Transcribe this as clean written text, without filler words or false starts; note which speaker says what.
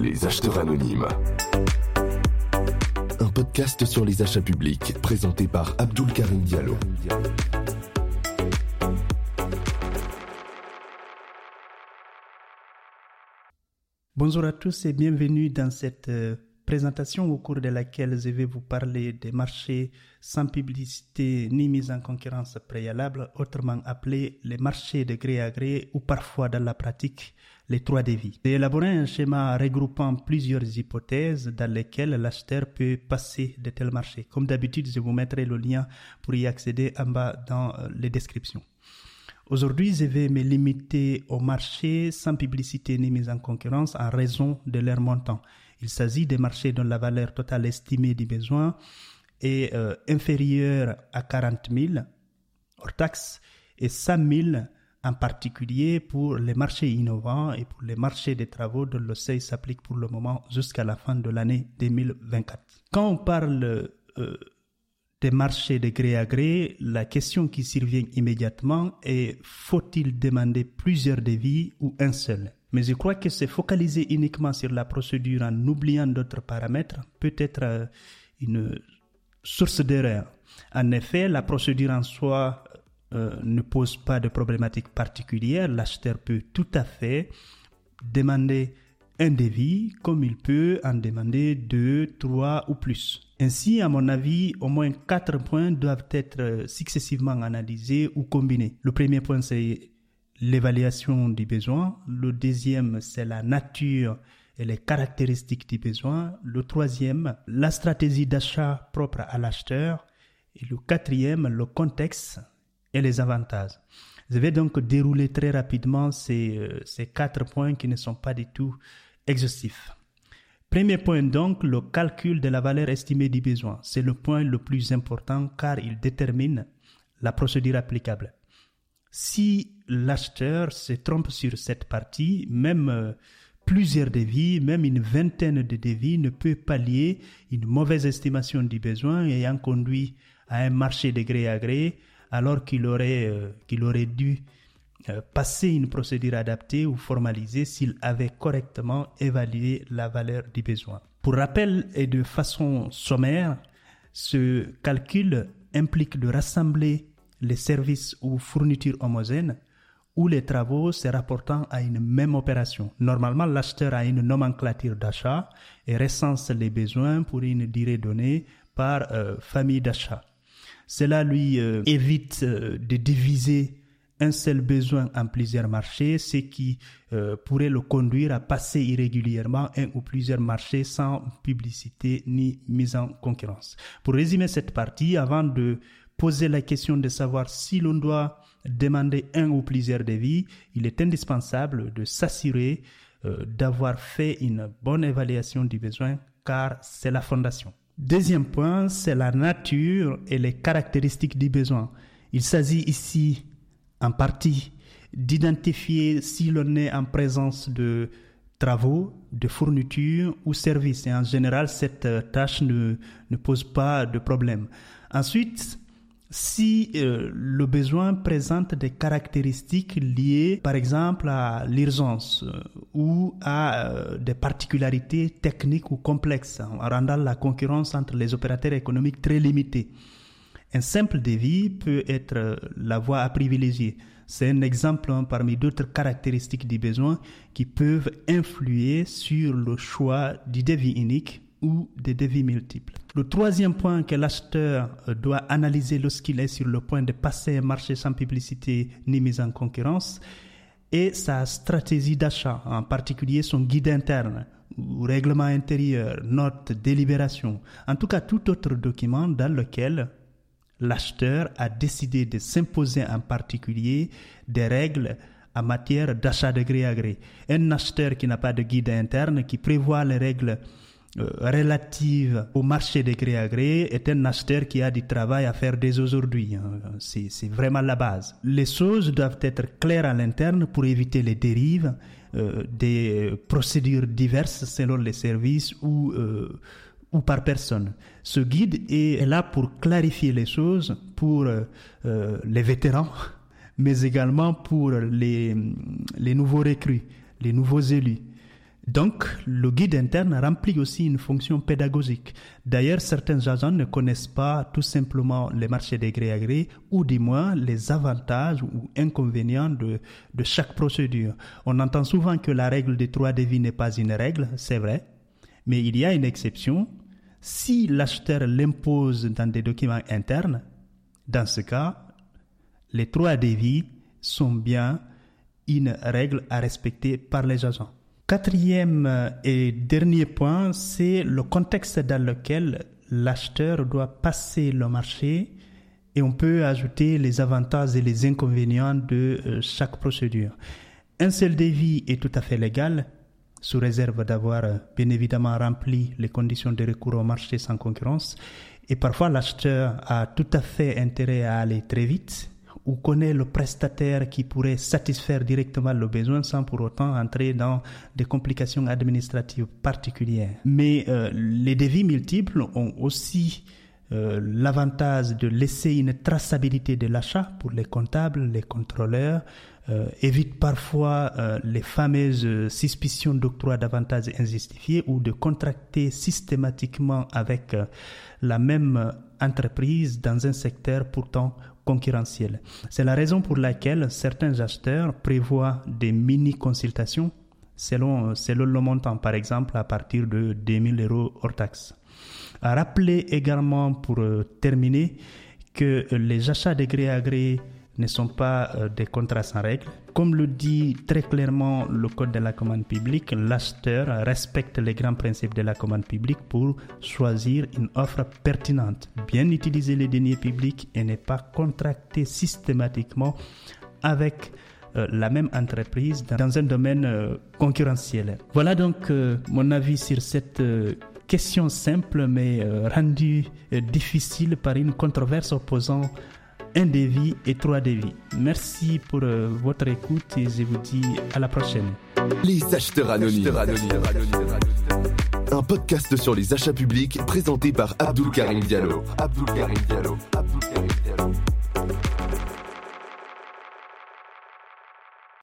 Speaker 1: Les acheteurs anonymes. Un podcast sur les achats publics présenté par Abdoul Karim Diallo.
Speaker 2: Bonjour à tous et bienvenue dans cette présentation au cours de laquelle je vais vous parler des marchés sans publicité ni mise en concurrence préalable, autrement appelés les marchés de gré à gré ou parfois dans la pratique les 3 devis. J'ai élaboré un schéma regroupant plusieurs hypothèses dans lesquelles l'acheteur peut passer de tels marchés. Comme d'habitude, je vous mettrai le lien pour y accéder en bas dans les descriptions. Aujourd'hui, je vais me limiter aux marchés sans publicité ni mise en concurrence en raison de leur montant. Il s'agit des marchés dont la valeur totale estimée du besoin est inférieure à 40 000 hors taxes et 100 000 en particulier pour les marchés innovants et pour les marchés des travaux dont le seuil s'applique pour le moment jusqu'à la fin de l'année 2024. Quand on parle des marchés de gré à gré, la question qui survient immédiatement est: faut-il demander plusieurs devis ou un seul? Mais je crois que se focaliser uniquement sur la procédure en oubliant d'autres paramètres peut être une source d'erreur. En effet, la procédure en soi ne pose pas de problématique particulière. L'acheteur peut tout à fait demander un devis comme il peut en demander 2, 3 ou plus. Ainsi, à mon avis, au moins 4 points doivent être successivement analysés ou combinés. Le premier point, c'est l'évaluation du besoin. Le deuxième, c'est la nature et les caractéristiques du besoin. Le troisième, la stratégie d'achat propre à l'acheteur. Et le quatrième, le contexte et les avantages. Je vais donc dérouler très rapidement ces 4 points qui ne sont pas du tout exhaustifs. Premier point donc, le calcul de la valeur estimée du besoin. C'est le point le plus important car il détermine la procédure applicable. Si l'acheteur se trompe sur cette partie, même plusieurs devis, même une vingtaine de devis ne peut pallier une mauvaise estimation du besoin ayant conduit à un marché de gré à gré alors qu'il aurait dû passer une procédure adaptée ou formalisée s'il avait correctement évalué la valeur du besoin. Pour rappel et de façon sommaire, ce calcul implique de rassembler les services ou fournitures homogènes ou les travaux se rapportant à une même opération. Normalement, l'acheteur a une nomenclature d'achat et recense les besoins pour une durée donnée par famille d'achat. Cela lui évite de diviser un seul besoin en plusieurs marchés, ce qui pourrait le conduire à passer irrégulièrement un ou plusieurs marchés sans publicité ni mise en concurrence. Pour résumer cette partie, avant de poser la question de savoir si l'on doit demander un ou plusieurs devis, il est indispensable de s'assurer d'avoir fait une bonne évaluation du besoin car c'est la fondation. Deuxième point, c'est la nature et les caractéristiques du besoin. Il s'agit ici en partie d'identifier si l'on est en présence de travaux, de fournitures ou services. Et en général, cette tâche ne pose pas de problème. Ensuite, si le besoin présente des caractéristiques liées, par exemple, à l'urgence ou à des particularités techniques ou complexes, en rendant la concurrence entre les opérateurs économiques très limitée. Un simple devis peut être la voie à privilégier. C'est un exemple parmi d'autres caractéristiques du besoin qui peuvent influer sur le choix du devis unique ou des devis multiples. Le troisième point que l'acheteur doit analyser lorsqu'il est sur le point de passer un marché sans publicité ni mise en concurrence est sa stratégie d'achat, en particulier son guide interne ou règlement intérieur, note, délibération, en tout cas tout autre document dans lequel l'acheteur a décidé de s'imposer en particulier des règles en matière d'achat de gré à gré. Un acheteur qui n'a pas de guide interne, qui prévoit les règles relatives au marché de gré à gré, est un acheteur qui a du travail à faire dès aujourd'hui. C'est vraiment la base. Les choses doivent être claires à l'interne pour éviter les dérives, des procédures diverses selon les services ou par personne. Ce guide est là pour clarifier les choses pour les vétérans, mais également pour les nouveaux recrues, les nouveaux élus. Donc, le guide interne remplit aussi une fonction pédagogique. D'ailleurs, certains agents ne connaissent pas tout simplement les marchés de gré à gré ou du moins les avantages ou inconvénients de chaque procédure. On entend souvent que la règle des 3 devis n'est pas une règle, c'est vrai, mais il y a une exception. Si l'acheteur l'impose dans des documents internes, dans ce cas, les 3 devis sont bien une règle à respecter par les agents. 4e et dernier point, c'est le contexte dans lequel l'acheteur doit passer le marché et on peut ajouter les avantages et les inconvénients de chaque procédure. Un seul devis est tout à fait légal, sous réserve d'avoir bien évidemment rempli les conditions de recours au marché sans concurrence. Et parfois, l'acheteur a tout à fait intérêt à aller très vite ou connaît le prestataire qui pourrait satisfaire directement le besoin sans pour autant entrer dans des complications administratives particulières. Mais les devis multiples ont aussi l'avantage de laisser une traçabilité de l'achat pour les comptables, les contrôleurs, évite parfois les fameuses suspicions d'octroi d'avantages injustifiés ou de contracter systématiquement avec la même entreprise dans un secteur pourtant concurrentiel. C'est la raison pour laquelle certains acheteurs prévoient des mini-consultations selon le montant, par exemple à partir de 2 000 € hors taxe. À rappeler également pour terminer que les achats de gré à gré ne sont pas des contrats sans règles. Comme le dit très clairement le Code de la commande publique, l'acheteur respecte les grands principes de la commande publique pour choisir une offre pertinente, bien utiliser les deniers publics et ne pas contracter systématiquement avec la même entreprise dans un domaine concurrentiel. Voilà donc mon avis sur cette question simple mais rendue difficile par une controverse opposant un devis et 3 devis. Merci pour votre écoute et je vous dis à la prochaine.
Speaker 1: Les acheteurs anonymes. Un podcast sur les achats publics présenté par Abdul Karim Diallo.